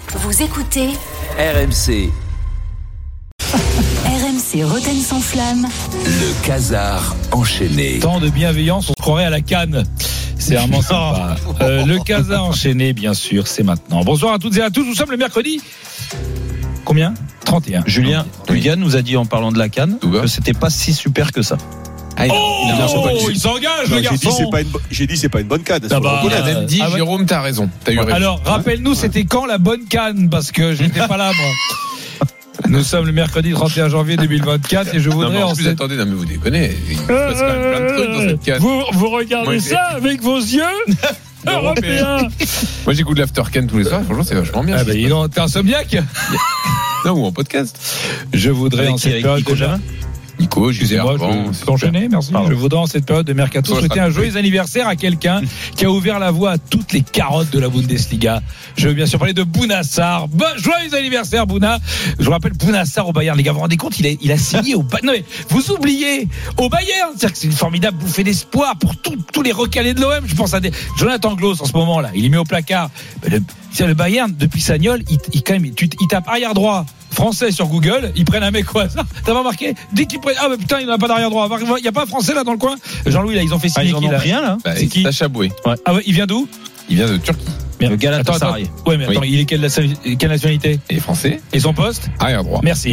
Vous écoutez RMC. RMC Rotten sans flamme. Le Casar enchaîné. Tant de bienveillance, on se croirait à la Cannes. C'est vraiment sympa. Le Casar enchaîné, bien sûr, c'est maintenant. Bonsoir à toutes et à tous. Nous sommes le mercredi. Combien 31. Julien nous a dit en parlant de la Cannes que c'était pas si super que ça. Il s'engage, le garçon. J'ai dit c'est pas une bonne canne. Ah bah, il a même dit Jérôme, t'as raison. T'as eu raison. Alors, rappelle-nous, c'était quand la bonne Cannes? Parce que je n'étais pas là, moi. Nous sommes le mercredi 31 janvier 2024 et je voudrais en plus, attendez, non mais vous déconnez. Il se passe quand même plein de trucs dans cette canne. Vous regardez ça avec vos yeux européens. Moi j'écoute l'Aftercan tous les soirs, franchement c'est vachement bien. Ah bah, t'es insomniaque. Non, ou en podcast. Je voudrais en cette période Nico, excusez-moi, je peux enchaîner, merci. Je voudrais en cette période de mercato souhaiter un joyeux anniversaire à quelqu'un qui a ouvert la voie à toutes les carottes de la Bundesliga. Je veux bien sûr parler de Bouna Sarr. Joyeux anniversaire, Bouna. Je vous rappelle Bouna Sarr au Bayern. Les gars, vous vous rendez compte, il a signé au Bayern. Non mais vous oubliez au Bayern. C'est-à-dire que c'est une formidable bouffée d'espoir pour tous les recalés de l'OM. Je pense à Jonathan Glauss en ce moment là. Il est mis au placard. Le Bayern depuis Sagnol, il tape arrière droit français sur Google, ils prennent un mec quoi ça. T'as pas marqué? Dès qu'ils prennent, mais putain, il n'y en a pas d'arrière droit. Il y a pas un français là dans le coin? Jean-Louis là, ils ont fait signer qui là? Rien là. C'est qui? Sacha Boué. Ouais. Ah ouais, il vient d'où? Il vient de Turquie. Le Galatasaray. Ouais, mais attends, il est quelle nationalité? Il est français. Et son poste? Arrière droit. Merci.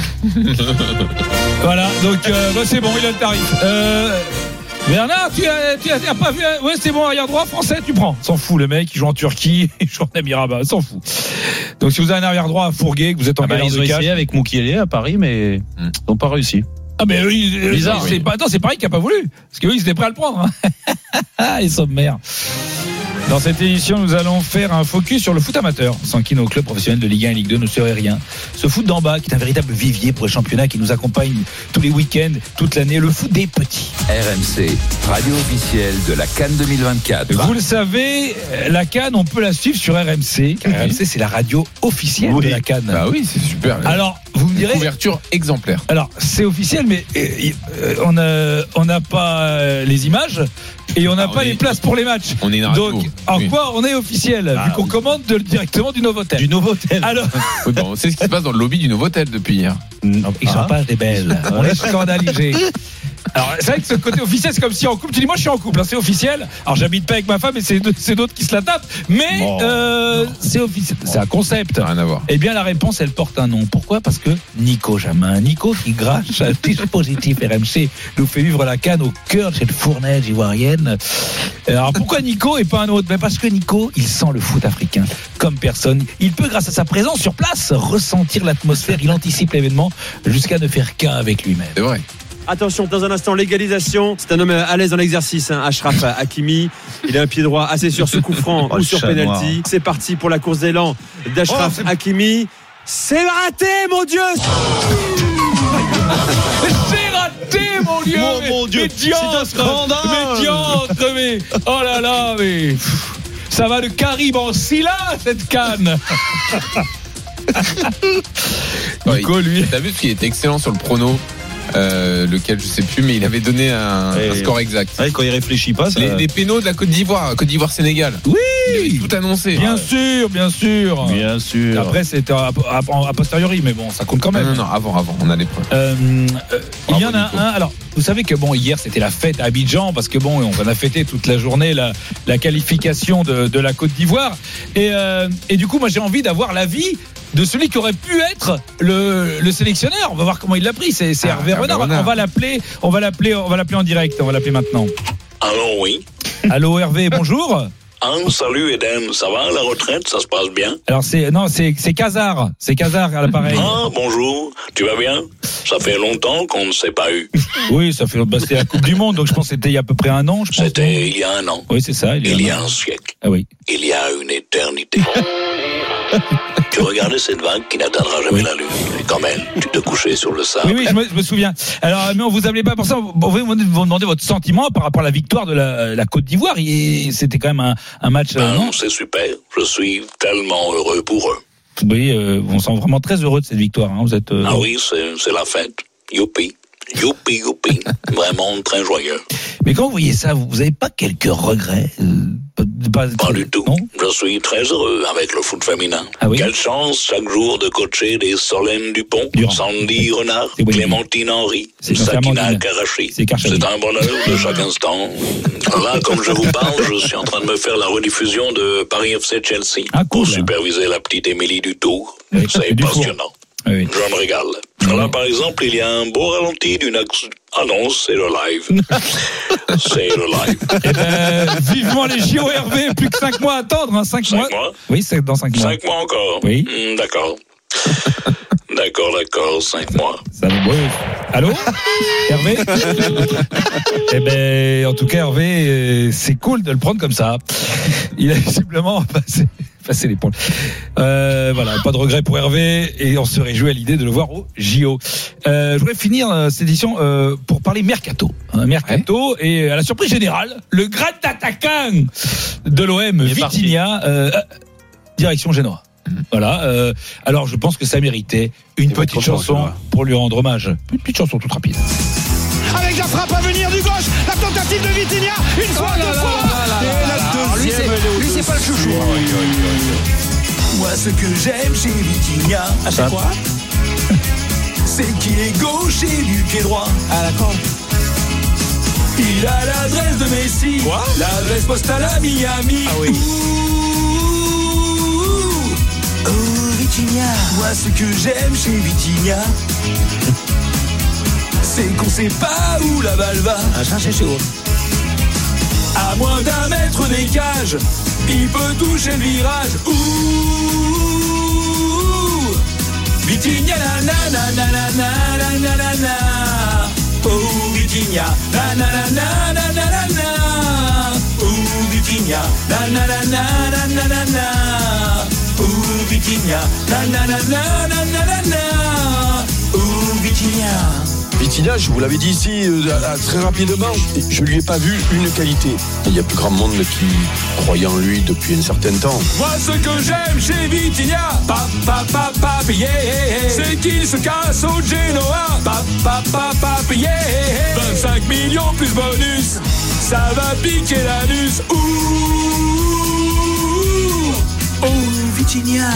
Voilà, donc c'est bon, il a le tarif. Bernard, tu as pas vu? Ouais, c'est bon, arrière droit, français, tu prends. S'en fout, le mec, il joue en Turquie, il joue en Émirats, s'en fout. Donc, si vous avez un arrière droit à Fourguer, que vous êtes en galère de cash. Ils ont essayé avec Moukielé à Paris, mais ils n'ont pas réussi. Ah, mais oui, bizarre. C'est Paris qui a pas voulu. Parce que eux, ils étaient prêts à le prendre. Les sommaires. Dans cette édition, nous allons faire un focus sur le foot amateur, sans qui nos clubs professionnels de Ligue 1 et Ligue 2 ne seraient rien. Ce foot d'en bas, qui est un véritable vivier pour les championnats, qui nous accompagne tous les week-ends, toute l'année, le foot des petits. RMC, radio officielle de la Cannes 2024. Vous le savez, la Cannes, on peut la suivre sur RMC. Car RMC, c'est la radio officielle de la Cannes. Bah oui, c'est super. Alors, vous me direz. Couverture exemplaire. Alors, c'est officiel, mais on n'a pas les images. Et on n'a pas les places pour les matchs. On est une radio. Donc, en quoi on est officiel, vu qu'on commande directement du Novotel. Du Novotel. Alors, on sait ce qui se passe dans le lobby du Novotel depuis hier. Non, ils sont pas des belles. On est scandalisés. Alors, c'est vrai que ce côté officiel, c'est comme si en couple, tu dis moi je suis en couple, hein, c'est officiel. Alors, j'habite pas avec ma femme et c'est d'autres qui se la tapent. Mais c'est officiel. C'est un concept. Rien à voir. Eh bien, la réponse, elle porte un nom. Pourquoi? Parce que Nico Jamin, qui grâce à un dispositif RMC, nous fait vivre la Cannes au cœur de cette fournaise ivoirienne. Alors, pourquoi Nico et pas un autre? Parce que Nico, il sent le foot africain comme personne. Il peut, grâce à sa présence sur place, ressentir l'atmosphère. Il anticipe l'événement jusqu'à ne faire qu'un avec lui-même. C'est vrai. Attention, dans un instant, l'égalisation. C'est un homme à l'aise dans l'exercice, Achraf Hakimi. Il a un pied droit assez sûr sur coup franc ou sur penalty. C'est parti pour la course d'élan d'Achraf Hakimi. C'est raté, mon Dieu! C'est raté, mon Dieu! Mon Dieu! C'est un scandale! Mais oh là là, mais ça va de Caribe en Scylla, cette Cannes! Nico, lui, t'as vu qu'il était excellent sur le prono, lequel je sais plus, mais il avait donné un score exact. Ouais, quand il réfléchit pas, ça... les pénaux de la Côte d'Ivoire Sénégal. Oui, il avait tout annoncé. Bien sûr. Après, c'était a posteriori, mais bon, ça compte quand même. Non, avant, on a les preuves. Il y en a un. Alors, vous savez que hier c'était la fête à Abidjan parce que on a fêté toute la journée la qualification de la Côte d'Ivoire et du coup, moi j'ai envie d'avoir l'avis de celui qui aurait pu être le sélectionneur. On va voir comment il l'a pris. C'est Hervé Renard. On va l'appeler en direct. On va l'appeler maintenant. Allô, oui. Allô Hervé, bonjour. Salut Eden, ça va la retraite, ça se passe bien? Alors c'est Casar à l'appareil. Bonjour, tu vas bien? Ça fait longtemps qu'on ne s'est pas eu. Oui, c'était la Coupe du Monde, donc je pense que c'était il y a à peu près un an. C'était il y a un an. Oui, c'est ça. Il y a un siècle. Ah oui. Il y a une éternité. Tu regardais cette vague qui n'atteindra jamais la lune. Et comme elle, tu te couchais sur le sable. Oui, je me souviens. Alors, mais on vous appelait pas pour ça. Vous pouvez vous demander votre sentiment par rapport à la victoire de la Côte d'Ivoire. C'était quand même un match. Non, c'est super. Je suis tellement heureux pour eux. Oui, on sent vraiment très heureux de cette victoire. Hein. Vous êtes. Ah oui, c'est la fête. Youpi. Youpi, youpi. Vraiment très joyeux. Mais quand vous voyez ça, vous n'avez pas quelques regrets Pas du tout. Non, je suis très heureux avec le foot féminin. Ah oui? Quelle chance chaque jour de coacher des Solène Dupont, Sandy Renard, Clémentine Henry, Sakina Karachi. C'est un bonheur de chaque instant. Là, comme je vous parle, je suis en train de me faire la rediffusion de Paris FC Chelsea pour superviser la petite Émilie Dutour. Oui, c'est passionnant. Oui. Je me régale. Là, par exemple, il y a un beau ralenti d'une action. Ah non, c'est le live. C'est le live. Eh ben, vivement les JO, Hervé. Plus que 5 mois à attendre. 5 mois. Oui, c'est dans 5 mois. 5 mois encore. Oui. D'accord. D'accord, 5 mois. Ça va. Oui. Allô, Hervé? Eh ben, en tout cas, Hervé, c'est cool de le prendre comme ça. Il a visiblement passé l'épaule. Voilà, pas de regret pour Hervé et on se réjouit à l'idée de le voir au JO. Je voudrais finir cette édition pour parler mercato. Mercato et à la surprise générale, le grand attaquant de l'OM, Vitinha, direction Genoa. Voilà. Alors, je pense que ça méritait une petite chanson pour lui rendre hommage. Une petite chanson toute rapide. Avec la frappe à venir du gauche, la tentative de Vitinha, une fois, deux fois. Et la deuxième. Lui, c'est pas le chouchou. Moi, ce que j'aime chez Vitinha, à chaque fois, c'est qu'il est gaucher du pied droit. Ah, d'accord. Il a l'adresse de Messi. Quoi? L'adresse postale à Miami. Ah oui. Oh, Vitinha. Moi, ce que j'aime chez Vitinha, c'est qu'on sait pas où la balle va. Cherchez chez vous. À moins d'un mètre des cages, il peut toucher le virage. Ouh, Vitinha, na na na na na na na na. Oh, Vitinha, na na na na na na na. Oh, Vitinha, na na na na na na na. Oh, Vitinha, na na na na na na na. Oh, Vitinha. Vitinha, je vous l'avais dit ici très rapidement, je lui ai pas vu une qualité. Il y a plus grand monde qui croyait en lui depuis un certain temps. Moi, ce que j'aime chez Vitinha, yeah, c'est qu'il se casse au Genoa. Yeah, 25 millions plus bonus, ça va piquer l'anus. Ouh, oh, Vitinha.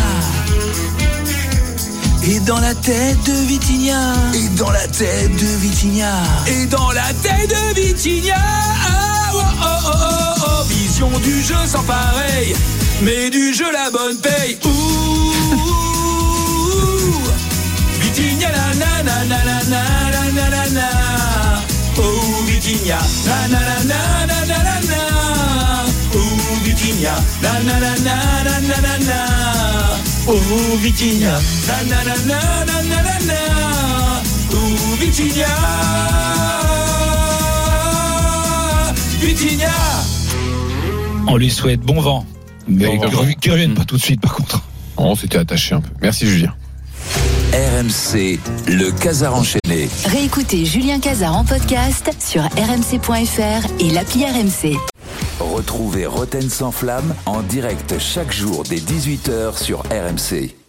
Et dans la tête de Vitinha. Et dans la tête de Vitinha. Et dans la tête de Vitinha. Oh, oh, oh, oh, oh. Vision du jeu sans pareil, mais du jeu la bonne paye. Ouh, Vitinha, na na na na na na na na. Oh, Vitinha, na na na na na na na. Oh, Vitinha, na na na na na na na. Oh, Vitinha, na na na na na na na. Oh, Vitinha, Vitinha. On lui souhaite bon vent, mais qu'il revienne pas tout de suite par contre. On s'était attaché un peu. Merci Julien. RMC, le Casar enchaîné. Réécoutez Julien Casar en podcast sur rmc.fr et l'appli RMC. Retrouvez Roten sans flamme en direct chaque jour dès 18h sur RMC.